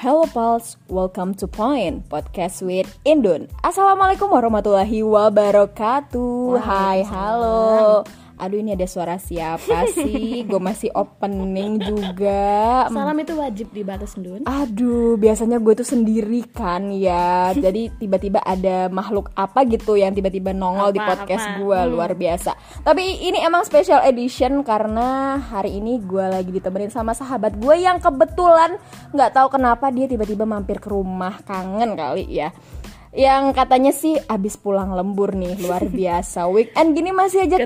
Hello Pals, welcome to Point Podcast with Indun. Assalamualaikum warahmatullahi wabarakatuh. Hai, halo. Aduh, ini ada suara siapa sih? Gue masih opening juga. Salam itu wajib dibalas, Dun. Aduh, biasanya gue tuh sendiri kan ya. Jadi tiba-tiba ada makhluk apa gitu yang tiba-tiba nongol di podcast gue. Luar biasa. Tapi ini emang special edition karena hari ini gue lagi ditemenin sama sahabat gue yang kebetulan gak tahu kenapa dia tiba-tiba mampir ke rumah. Kangen kali ya. Yang katanya sih abis pulang lembur nih, luar biasa. Weekend gini masih aja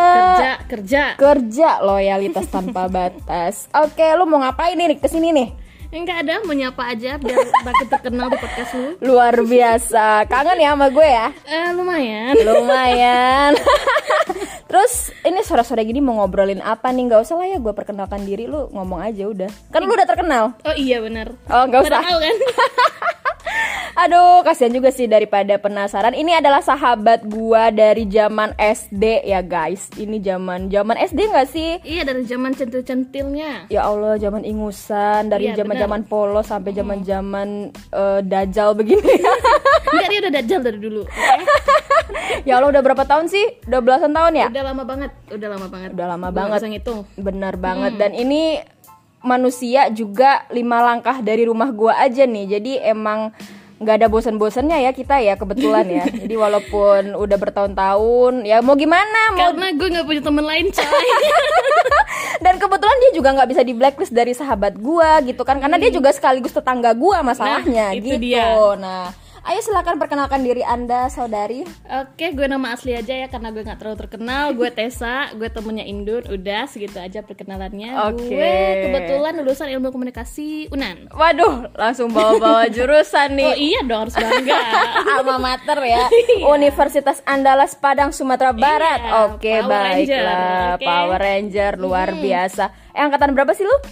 kerja, loyalitas tanpa batas. Oke, lu mau ngapain nih kesini nih? Enggak ada, mau nyapa aja biar makin terkenal di podcast lu. Luar biasa, kangen ya sama gue ya? Lumayan. Terus ini sore-sore gini mau ngobrolin apa nih? Gak usah lah ya gue perkenalkan diri, lu ngomong aja udah. Kan lu udah terkenal. Oh iya benar. Oh gak usah. Tahu kan? Aduh, kasihan juga sih daripada penasaran. Ini adalah sahabat gua dari zaman SD ya guys. Ini zaman SD nggak sih? Iya, dari zaman centil-centilnya. Ya Allah, zaman ingusan, dari zaman polos sampai zaman dajal begini. Enggak, dia udah dajal dari dulu. Okay? Ya Allah, udah berapa tahun sih? Udah belasan tahun ya? Udah lama banget. Udah lama banget. Gua ngitung. Benar banget. Dan ini manusia juga 5 langkah dari rumah gua aja nih. Jadi emang nggak ada bosan-bosannya ya kita ya, kebetulan ya. Jadi walaupun udah bertahun-tahun ya mau gimana, karena gue nggak punya teman lain coy. Dan kebetulan dia juga nggak bisa di blacklist dari sahabat gue gitu kan, karena dia juga sekaligus tetangga gue masalahnya. Nah, itu gitu dia. Nah, ayo silakan perkenalkan diri Anda, saudari. Oke, gue nama asli aja ya karena gue nggak terlalu terkenal. Gue Tessa, gue temennya Indun. Udah segitu aja perkenalannya. Oke. Gue kebetulan lulusan ilmu komunikasi UNAN. Waduh, langsung bawa-bawa jurusan nih. Oh iya dong, harus bangga. Alma mater ya. Universitas Andalas Padang, Sumatera Barat. Iya, Oke, Power baiklah. Ranger, okay. Power Ranger luar biasa. Angkatan berapa sih lu?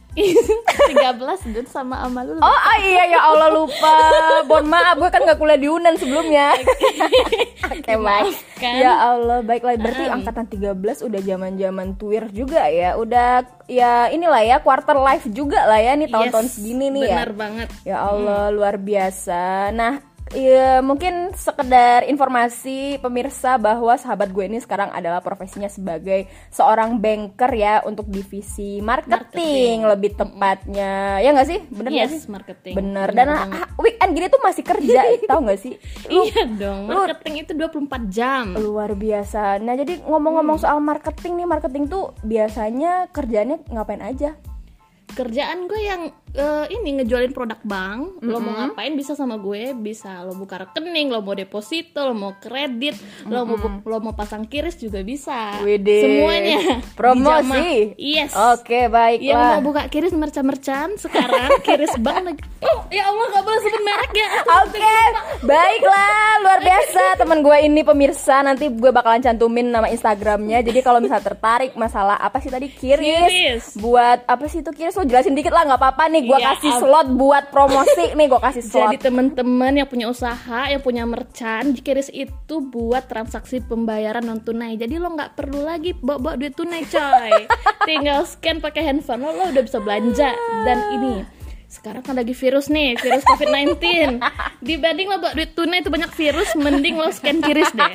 13 Dun sama ama lu. Oh iya, ya Allah lupa. Mohon maaf, gue kan gak kuliah di UNAN sebelumnya. Oke, baik. Ya Allah, baiklah. Berarti angkatan 13 udah zaman-zaman tuir juga ya. Udah ya inilah ya, quarter life juga lah ya nih tahun-tahun segini nih ya. Bener banget. Ya Allah, luar biasa. Nah, ya, mungkin sekedar informasi pemirsa bahwa sahabat gue ini sekarang adalah profesinya sebagai seorang banker ya, untuk divisi marketing. Lebih tepatnya. Ya nggak sih? Bener nggak sih? Marketing. Bener. Dan weekend gini tuh masih kerja, tahu nggak sih? Iya dong. Marketing itu 24 jam. Luar biasa. Nah, jadi ngomong-ngomong soal marketing nih, marketing tuh biasanya kerjaannya ngapain aja? Kerjaan gue yang ini ngejualin produk bank. Lo mau ngapain bisa sama gue, bisa lo buka rekening, lo mau deposito, lo mau kredit, lo mau pasang kiris juga bisa. Widih. Semuanya promosi. Yes. Oke, baiklah. Yang mau buka kiris mercan sekarang kiris bank lagi. Oh ya Allah, gak boleh sebut merek ya. Oke, baiklah, luar biasa teman gue ini pemirsa. Nanti gue bakalan cantumin nama Instagramnya. Jadi kalau misalnya tertarik masalah apa sih tadi kiris. Buat apa sih itu kiris? Lo jelasin dikit lah, nggak apa-apa nih. Gue kasih slot buat promosi nih, gue kasih slot. Jadi teman-teman yang punya usaha, yang punya merchant, kiris itu buat transaksi pembayaran non tunai. Jadi lo nggak perlu lagi bawa duit tunai coy. Tinggal scan pakai handphone lo udah bisa belanja. Dan ini sekarang kan lagi virus nih, virus COVID-19. Dibanding lo bawa duit tunai itu banyak virus, mending lo scan kiris deh.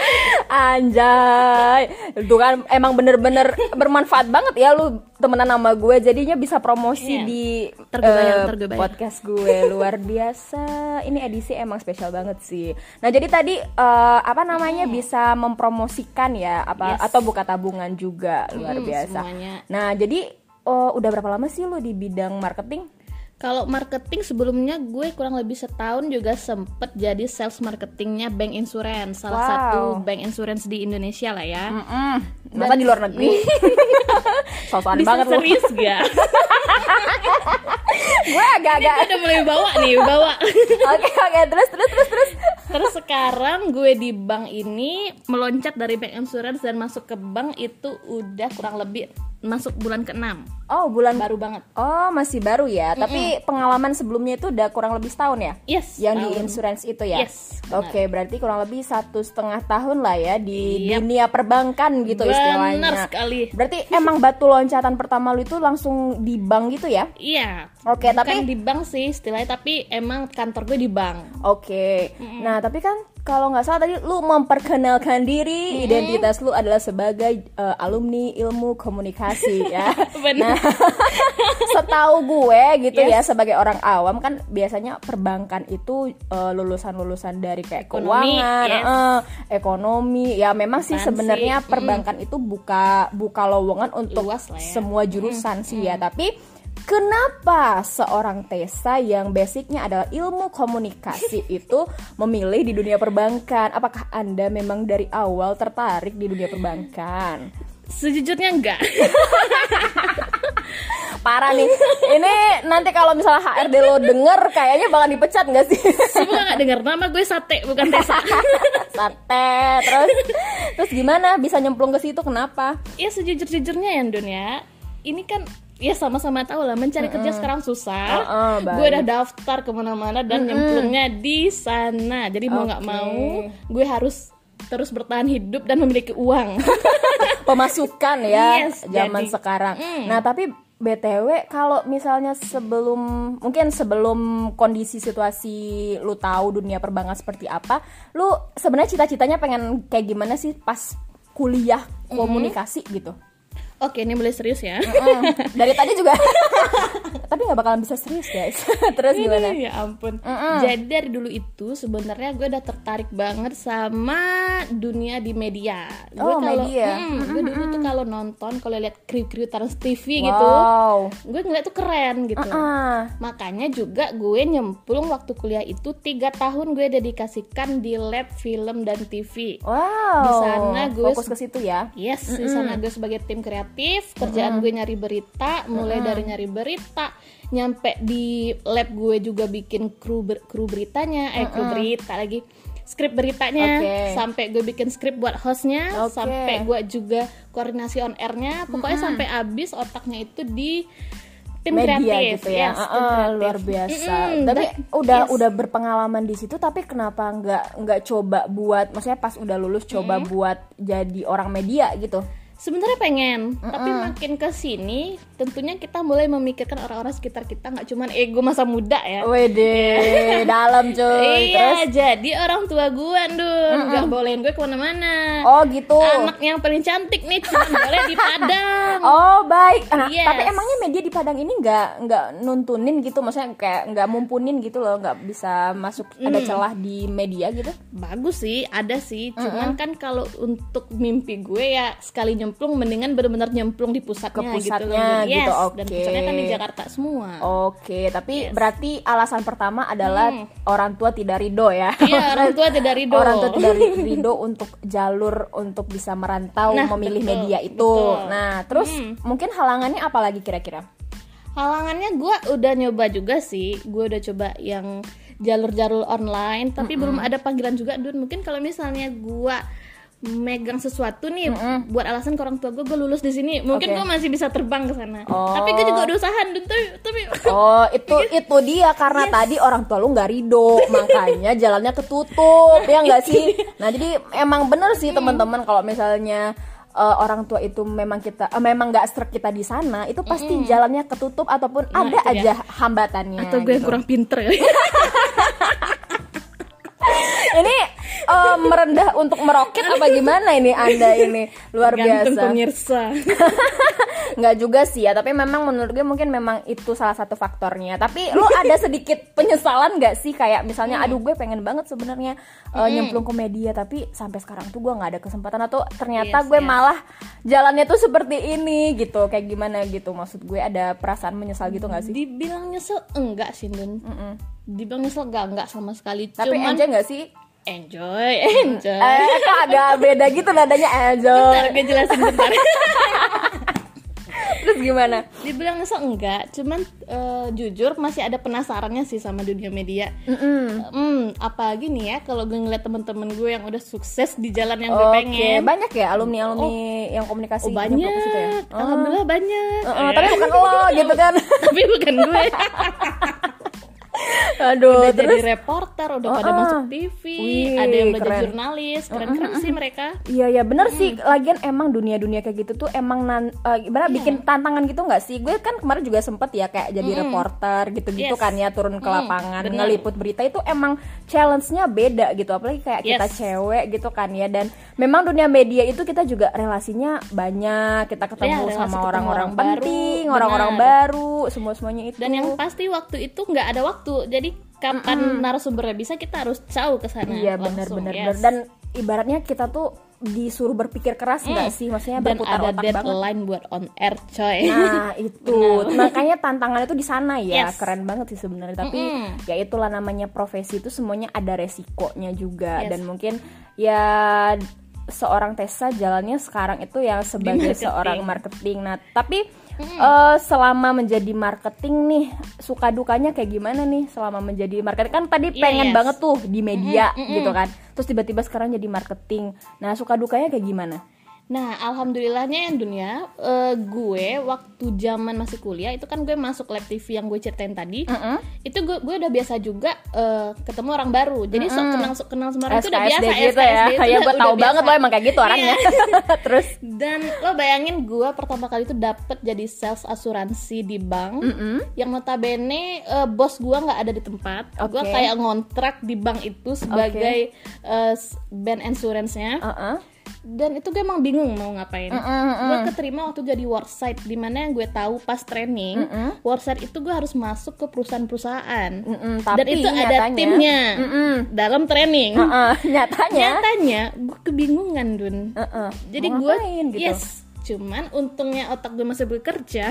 Anjay, itu kan emang bener-bener bermanfaat banget ya lu temenan sama gue, jadinya bisa promosi di terbayar. Podcast gue. Luar biasa. Ini edisi emang spesial banget sih. Nah, jadi tadi bisa mempromosikan ya atau buka tabungan juga. Luar biasa. Semuanya. Nah, jadi udah berapa lama sih lu di bidang marketing? Kalau marketing sebelumnya gue kurang lebih setahun juga sempet jadi sales marketingnya bank insurance, salah satu bank insurance di Indonesia lah ya. Masa di luar negeri? Sosokan banget lu. Serius gak? Gue agak-agak udah mulai bawa. Oke, terus. Terus sekarang gue di bank ini meloncat dari bank insurance dan masuk ke bank itu udah kurang lebih masuk bulan ke-6. Oh, bulan Baru banget. Oh, masih baru ya. Tapi pengalaman sebelumnya itu udah kurang lebih setahun ya? Yes, Yang di tahun. insurance itu ya? Yes, benar. Oke, berarti kurang lebih 1,5 tahun lah ya di dunia perbankan gitu istilahnya. Benar sekali. Berarti emang batu loncatan pertama lu itu langsung di bank gitu ya? Iya. Oke, Bukan tapi di bank sih istilahnya, tapi emang kantor gue di bank. Oke. Nah, tapi kan kalau nggak salah tadi lu memperkenalkan diri, identitas lu adalah sebagai alumni ilmu komunikasi ya. Benar. Nah, setahu gue gitu ya, sebagai orang awam kan biasanya perbankan itu lulusan-lulusan dari kayak Ekonomi, keuangan, yes. ekonomi. Ya memang sih Akuntansi, sebenarnya perbankan itu buka lowongan untuk Luas lah ya. semua jurusan sih ya, tapi kenapa seorang Tessa yang basicnya adalah ilmu komunikasi itu memilih di dunia perbankan? Apakah Anda memang dari awal tertarik di dunia perbankan? Sejujurnya enggak. Parah nih. Ini nanti kalau misalnya HRD lo denger kayaknya bakal dipecat gak sih? Semoga gak denger, nama gue Sate bukan Tessa. Sate. Terus gimana bisa nyemplung ke situ, kenapa? Ya sejujur-jujurnya ya Don ya, ini kan ya sama-sama tahu lah mencari kerja sekarang susah. baik. Gue udah daftar kemana-mana dan nyemplungnya di sana. Jadi mau nggak Oke. mau gue harus terus bertahan hidup dan memiliki uang. Pemasukan ya Yes, zaman jadi. sekarang. Nah, tapi BTW kalau misalnya sebelum kondisi situasi lu tahu dunia perbankan seperti apa, lu sebenarnya cita-citanya pengen kayak gimana sih pas kuliah komunikasi gitu? Oke, ini mulai serius ya. Dari tadi juga tapi nggak bakalan bisa serius guys. Terus gimana? Ya ampun. Jadi dari dulu itu sebenarnya gue udah tertarik banget sama dunia di media. Oh, media. Gue dulu tuh kalau nonton, kalau lihat kru-kru Trans TV gitu, Wow. gue ngeliat tuh keren gitu. Makanya juga gue nyemplung waktu kuliah itu 3 tahun gue dedikasikan di lab film dan TV. Wow. Di sana gue fokus ke situ ya. Yes, di sana gue sebagai tim kreatif, kerjaan gue nyari berita, mulai dari nyari berita, nyampe di lab gue juga bikin kru beritanya, kru berita lagi, skrip beritanya, Oke. sampai gue bikin skrip buat hostnya, Oke. sampai gue juga koordinasi on airnya, pokoknya sampai habis otaknya itu di tim Media kreatif, gitu ya. yes, tim kreatif. Luar biasa. Mm-mm, Tapi yes. udah berpengalaman di situ, tapi kenapa nggak coba buat, maksudnya pas udah lulus coba buat jadi orang media gitu? Sebenarnya pengen, tapi makin ke sini tentunya kita mulai memikirkan orang-orang sekitar kita, nggak cuman ego masa muda ya. Wede, dalam cuy. Iya, Terus? jadi orang tua gue nggak bolehin gue kemana-mana. Oh gitu. Anak yang paling cantik nih cuma boleh di Padang. Oh baik. Nah, Yes. tapi emangnya media di Padang ini nggak nuntunin gitu, maksudnya kayak nggak mumpunin gitu loh, nggak bisa masuk ada celah di media gitu? Bagus sih, ada sih. Cuman kan kalau untuk mimpi gue ya sekali nyemplung mendingan benar-benar nyemplung di pusatnya, Ke pusatnya gitu. gitu, Yes, oke. dan pusatnya kan di Jakarta semua. Oke, tapi berarti alasan pertama adalah orang tua tidak ridho ya. Iya, orang tua tidak ridho. Orang tua tidak ridho untuk jalur untuk bisa merantau Nah, memilih betul, media itu. betul. Nah, terus mungkin halangannya apa lagi kira-kira? Halangannya gue udah nyoba juga sih. Gue udah coba yang jalur-jalur online, tapi belum ada panggilan juga, Dun. Mungkin kalau misalnya gue megang sesuatu nih buat alasan ke orang tua gue lulus di sini, mungkin Oke. gue masih bisa terbang ke sana. Oh. Tapi gue juga udah usaha, Dun, tapi Oh, itu dia karena tadi orang tua lu nggak ridho, makanya jalannya ketutup, ya nggak sih? Nah, jadi emang bener sih teman-teman kalau misalnya orang tua itu memang memang nggak strek kita di sana, itu pasti jalannya ketutup ataupun ada itu dia. aja hambatannya. atau gue yang gitu. kurang pinter kali. Ini merendah untuk meroket apa gimana ini Anda ini? Luar Gantung biasa. pemirsa. Nggak juga sih ya, tapi memang menurut gue mungkin memang itu salah satu faktornya. Tapi lu ada sedikit penyesalan nggak sih, kayak misalnya aduh gue pengen banget sebenarnya nyemplung ke media, tapi sampai sekarang tuh gue nggak ada kesempatan, atau ternyata Yes, gue yes. malah jalannya tuh seperti ini gitu, kayak gimana gitu? Maksud gue ada perasaan menyesal gitu nggak sih? Dibilang nyesel enggak sih, Dun. Dibilang nyesel enggak sama sekali. Tapi Cuman enjoy nggak sih? enjoy. Kok agak beda gitu nadanya enjoy. Bentar, gue jelasin bentar. Terus gimana? Dibilang nyesel enggak, cuman jujur masih ada penasarannya sih sama dunia media. Apalagi nih ya kalau gue ngeliat temen-temen gue yang udah sukses di jalan yang gue pengen. Banyak ya alumni yang komunikasi banyak itu ya? Alhamdulillah banyak. Tapi bukan lo gitu kan. Tapi bukan gue. Aduh, udah terus jadi reporter, udah pada masuk TV. Wih, ada yang udah jadi keren. jurnalis. Keren-keren sih mereka. Iya bener sih. Lagian emang dunia-dunia kayak gitu tuh emang bikin tantangan gitu nggak sih? Gue kan kemarin juga sempet ya kayak jadi reporter gitu-gitu kan ya, turun ke lapangan ngeliput berita. Itu emang challenge-nya beda gitu. Apalagi kayak kita cewek gitu kan ya. Dan memang dunia media itu kita juga relasinya banyak. Kita ketemu sama orang-orang penting, orang-orang baru, semua-semuanya itu. Dan yang pasti waktu itu nggak ada waktu. Jadi kapan narasumbernya bisa, kita harus jauh ke sana. Iya benar-benar. Dan ibaratnya kita tuh disuruh berpikir keras nggak sih, maksudnya dan berputar ada otak deadline banget. buat on air coy. Nah itu makanya tantangannya tuh di sana ya. Yes. Keren banget sih sebenarnya. Tapi ya itulah namanya profesi itu, semuanya ada resikonya juga. Dan mungkin ya seorang Tessa jalannya sekarang itu yang sebagai seorang marketing. Nah tapi selama menjadi marketing nih, suka dukanya kayak gimana nih selama menjadi marketing? Kan tadi pengen banget tuh di media gitu kan, terus tiba-tiba sekarang jadi marketing. Nah suka dukanya kayak gimana? Nah, alhamdulillahnya dunia, gue waktu zaman masih kuliah itu kan gue masuk Lab TV yang gue ceritain tadi. Itu gue udah biasa juga ketemu orang baru. Jadi kenal sama orang itu udah biasa gitu ya. Ya gue tahu banget lo emang kayak gitu orangnya. Terus dan lo bayangin gue pertama kali itu dapet jadi sales asuransi di bank. Yang notabene bos gue nggak ada di tempat. Gue kayak ngontrak di bank itu sebagai band insurance-nya. Dan itu gue emang bingung mau ngapain. Gue keterima waktu jadi worksite, dimana yang gue tahu pas training worksite itu gue harus masuk ke perusahaan-perusahaan. Dan itu ada timnya dalam training. Nyatanya gue kebingungan Dun. Jadi gue cuman untungnya otak gue masih bekerja.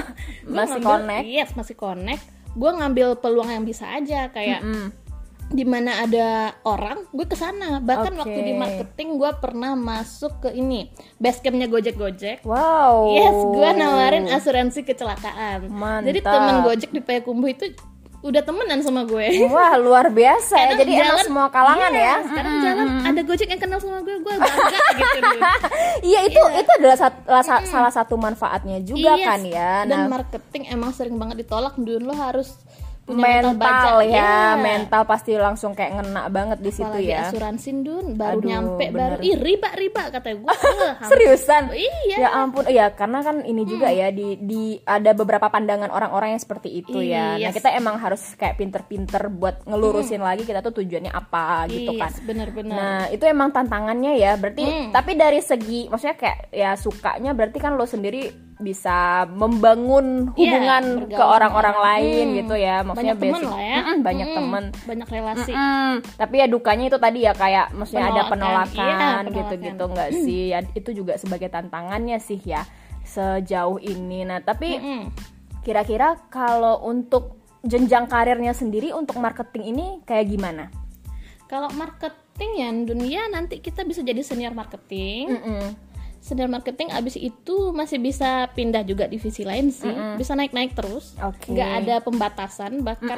Masih connect. Gue ngambil peluang yang bisa aja kayak di mana ada orang, gue kesana. Bahkan waktu di marketing gue pernah masuk ke ini basecampnya Gojek. Wow. Yes, gue nawarin asuransi kecelakaan. Mantap. Jadi temen Gojek di Payakumbuh itu udah temenan sama gue. Wah luar biasa ya. Jadi jalan, emang semua kalangan ya. Sekarang jalan ada Gojek yang kenal sama gue bangga gitu. Iya itu adalah salah satu manfaatnya juga kan ya. Dan marketing emang sering banget ditolak. Dulu lo harus punya mental ya, mental pasti langsung kayak ngena banget di situ. Apalagi ya. Asuransi Dun, baru nyampe baru riba katanya gue. Seriusan? Iya. Ya ampun, ya karena kan ini juga ya di ada beberapa pandangan orang-orang yang seperti itu ya. Nah kita emang harus kayak pinter-pinter buat ngelurusin lagi kita tuh tujuannya apa gitu kan. Bener-bener. Nah itu emang tantangannya ya. Berarti tapi dari segi maksudnya kayak ya sukanya berarti kan lo sendiri bisa membangun hubungan ke orang-orang lain gitu ya, maksudnya banyak teman lah ya, banyak teman, banyak relasi. Tapi ya dukanya itu tadi ya kayak maksudnya ada penolakan gitu-gitu nggak sih? Ya, itu juga sebagai tantangannya sih ya sejauh ini. Nah tapi kira-kira kalau untuk jenjang karirnya sendiri untuk marketing ini kayak gimana? Kalau marketing ya dunia nanti kita bisa jadi senior marketing. Senior marketing abis itu masih bisa pindah juga divisi lain sih, bisa naik-naik terus, nggak ada pembatasan, bahkan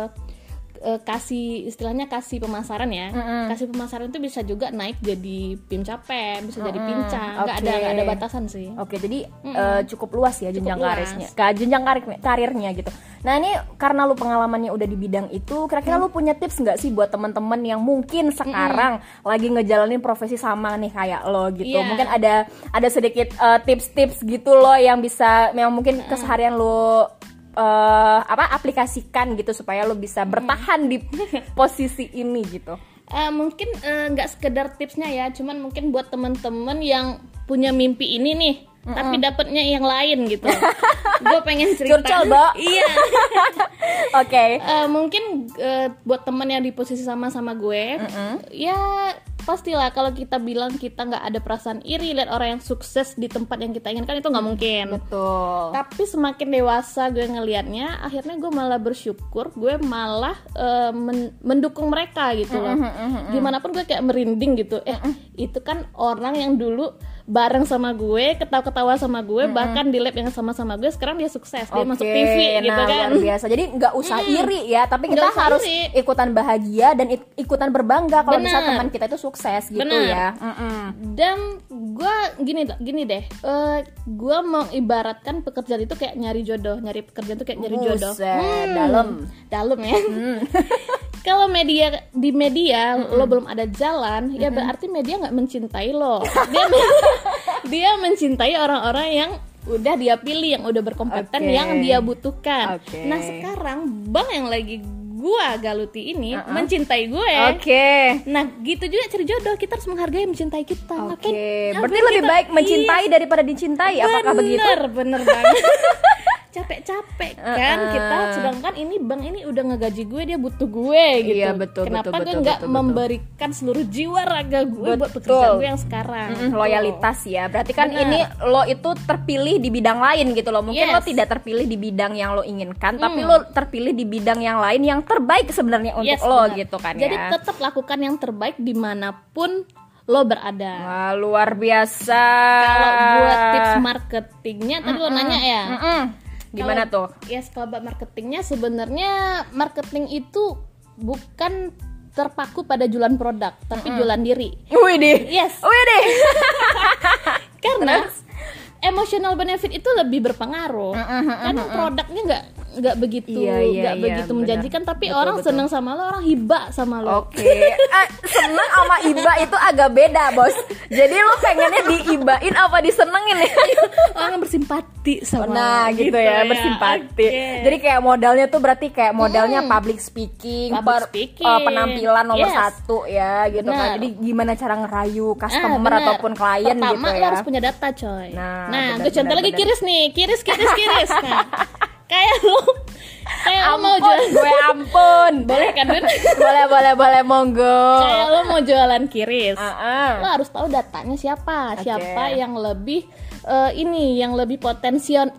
kasih pemasaran ya, kasih pemasaran itu bisa juga naik jadi PIM Capek, bisa jadi pincang, nggak ada batasan sih. Jadi cukup luas ya jenjang karirnya gitu. Nah ini karena lu pengalamannya udah di bidang itu, kira-kira lu punya tips nggak sih buat teman-teman yang mungkin sekarang lagi ngejalanin profesi sama nih kayak lo gitu? Mungkin ada sedikit tips-tips gitu loh yang bisa, memang mungkin keseharian lo aplikasikan gitu supaya lo bisa bertahan di posisi ini gitu. Mungkin nggak sekedar tipsnya ya, cuman mungkin buat teman-teman yang punya mimpi ini nih, tapi dapetnya yang lain gitu. Gue pengen cerita. Curcol, Bo. Iya. Oke. Mungkin buat teman yang di posisi sama gue, ya pastilah kalau kita bilang kita nggak ada perasaan iri lihat orang yang sukses di tempat yang kita inginkan, itu nggak mungkin. Betul. Tapi semakin dewasa gue ngelihatnya, akhirnya gue malah bersyukur, gue malah mendukung mereka gitu loh. Gimana pun gue kayak merinding gitu. Itu kan orang yang dulu bareng sama gue, ketawa-ketawa sama gue, bahkan di lab yang sama-sama gue. Sekarang dia sukses, dia masuk TV gitu kan. Luar biasa. Jadi nggak usah iri ya, tapi kita harus ikutan bahagia dan ikutan berbangga kalau misalnya teman kita itu sukses gitu ya. Dan gue gini deh, gue mau ibaratkan pekerjaan itu kayak nyari jodoh, nyari pekerjaan itu kayak nyari jodoh. Dalam ya. Kalau di media lo belum ada jalan, ya berarti media nggak mencintai lo. Dia mencintai orang-orang yang udah dia pilih, yang udah berkompeten, yang dia butuhkan. Nah sekarang bang yang lagi gua galuti ini mencintai gue. Nah gitu juga cari jodoh, kita harus menghargai yang mencintai kita. Berarti lebih baik mencintai daripada dicintai. Apakah begitu? Bener banget. Capek-capek kan kita, sedangkan ini bang ini udah ngegaji gue, dia butuh gue gitu. Iya, betul, kenapa betul, gue nggak memberikan seluruh jiwa raga gue buat pekerjaan gue yang sekarang? Loyalitas ya, berarti kan ini lo itu terpilih di bidang lain gitu loh. Mungkin lo tidak terpilih di bidang yang lo inginkan, tapi lo terpilih di bidang yang lain yang terbaik sebenarnya untuk lo gitu kan. Jadi tetap lakukan yang terbaik dimanapun lo berada. Wah, luar biasa. Kalau buat tips marketingnya tadi lo nanya ya. Gimana tuh? Yes, kalau buat marketingnya sebenarnya marketing itu bukan terpaku pada jualan produk, tapi jualan diri. Widih. Yes. Widih. Karena emotional benefit itu lebih berpengaruh. Karena produknya nggak begitu menjanjikan, tapi orang seneng sama lo, orang hiba sama lo. Seneng sama hiba itu agak beda, bos. Jadi lo pengennya diibain apa disenengin ya? Orang bersimpati sama. Nah gitu ya, bersimpati. Jadi kayak modalnya tuh berarti kayak modalnya public speaking, penampilan nomor 1 ya gitu kan. Jadi gimana cara ngerayu customer ataupun klien gitu ya. Pertama lo harus punya data, coy. Nah gue contoh lagi kiris nih, kiris. Nah, kayak lo mau jualan, gue ampun. Boleh kan, Dun? boleh monggo. Kayak lo mau jualan kiris, lo harus tahu datanya siapa yang lebih yang lebih potensial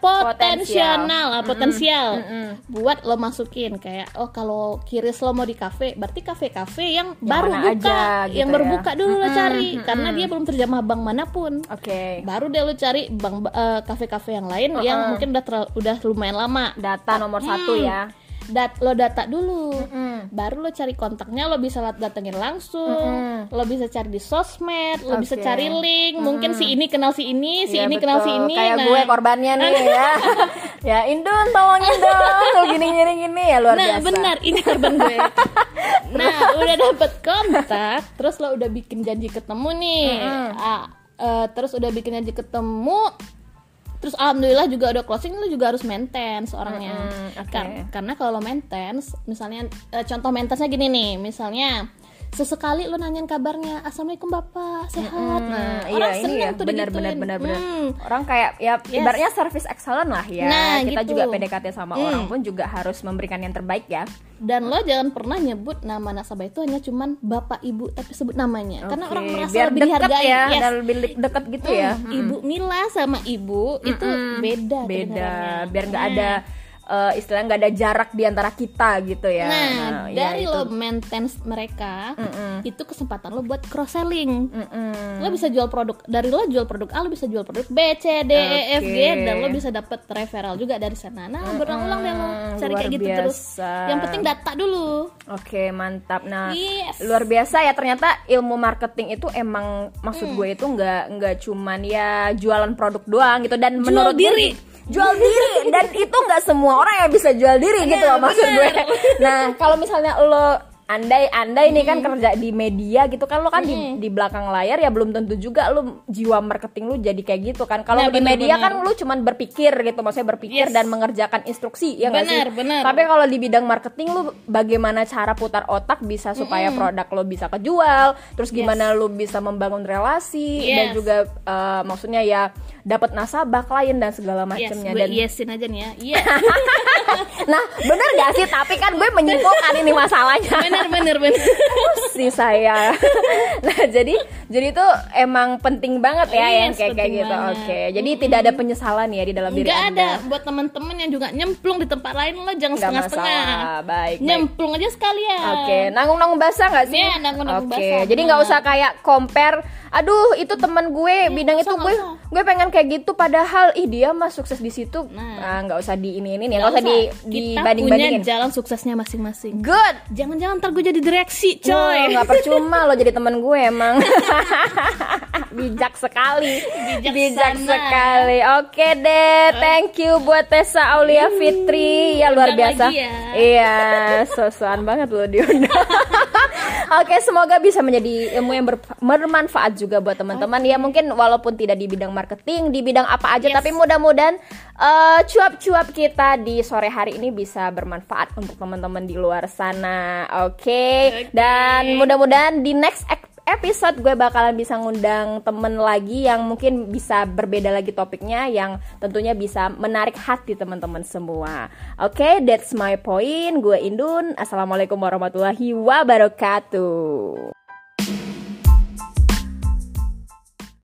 buat lo masukin. Kayak kalau kiris lo mau di kafe, berarti kafe-kafe yang baru buka, gitu yang baru buka dulu lo cari, karena dia belum terjamah bank manapun. Baru deh lo cari bank kafe-kafe yang lain yang mungkin udah lumayan lama. Data nomor 1 ya. Lo data dulu, baru lo cari kontaknya, lo bisa datengin langsung, lo bisa cari di sosmed, lo bisa cari link, mungkin si ini kenal si ini, si ini kenal si ini. Kayak gue korbannya nih ya. Ya Indun, tolongin dong, lo gini ya, luar biasa. Nah benar, ini korban gue. Nah udah dapet kontak, terus lo udah bikin janji ketemu nih, terus udah bikin janji ketemu. Terus alhamdulillah juga udah closing, lu juga harus maintenance orangnya. Karena kalau maintenance, misalnya contoh maintenance-nya gini nih, misalnya sesekali lu nanyain kabarnya, assalamualaikum bapak, sehat. Orang seneng tuh bener. Orang kayak ya ibaratnya service excellent lah ya. Kita juga PDKT sama orang pun juga harus memberikan yang terbaik ya. Dan lo jangan pernah nyebut nama nasabah itu hanya cuman bapak ibu, tapi sebut namanya. Karena orang merasa biar lebih dihargai ya, dan lebih dekat gitu ya. Ibu Mila sama ibu itu beda. Biar nggak ada istilahnya nggak ada jarak di antara kita gitu ya. Nah dari lo maintenance mereka, itu kesempatan lo buat cross selling. Lo bisa jual produk, dari lo jual produk A, lo bisa jual produk B, C, D, E, F, G, dan lo bisa dapet referral juga dari sana. Nah berulang-ulang deh lo cari kayak gitu terus. Yang penting data dulu. Mantap. Nah luar biasa ya, ternyata ilmu marketing itu emang maksud gue itu nggak cuman ya jualan produk doang gitu, dan menurut jual diri dan itu nggak semua orang yang bisa jual diri gitu loh maksud gue. Nah kalau misalnya lo andai nih kan kerja di media gitu kan, lo kan di belakang layar ya belum tentu juga lo jiwa marketing lo jadi kayak gitu kan. Kalau di media kan lo cuman berpikir gitu, maksudnya berpikir dan mengerjakan instruksi ya nggak sih. Tapi kalau di bidang marketing lo bagaimana cara putar otak bisa supaya produk lo bisa kejual, terus gimana lo bisa membangun relasi dan juga maksudnya ya dapat nasabah, klien dan segala macamnya. Dan yesin aja nih ya. Nah bener gak sih, tapi kan gue menyimpulkan ini masalahnya. Bener sih saya. Nah jadi itu emang penting banget ya yang kayak gitu. Jadi tidak ada penyesalan ya di dalam diri Anda. Nggak ada. Buat teman-teman yang juga nyemplung di tempat lain, lo jangan setengah-setengah. Baik. Nyemplung aja sekalian. Nanggung-nanggung basah nggak sih? Nanggung-nanggung basah. Jadi nggak usah kayak compare aduh itu teman gue bidang itu gue pengen kayak gitu, padahal dia mah sukses di situ. Nggak usah di ini ya, nggak usah dibanding-bandingin. Kita punya jalan suksesnya masing-masing. Good. Jangan ntar gue jadi direksi, coy. Nggak percuma lo jadi teman gue emang. Bijak sekali. Bijak sekali. Oke deh, thank you buat Tessa Aulia Fitri ya, luar biasa ya. Iya, so-soan banget lo diundang. Oke, semoga bisa menjadi ilmu yang bermanfaat juga buat teman-teman ya, mungkin walaupun tidak di bidang marketing, di bidang apa aja, tapi mudah-mudahan cuap-cuap kita di sore hari ini bisa bermanfaat untuk teman-teman di luar sana. Oke. Dan mudah-mudahan di next episode gue bakalan bisa ngundang temen lagi yang mungkin bisa berbeda lagi topiknya, yang tentunya bisa menarik hati teman-teman semua. Oke, that's my point. Gue Indun. Assalamualaikum warahmatullahi wabarakatuh.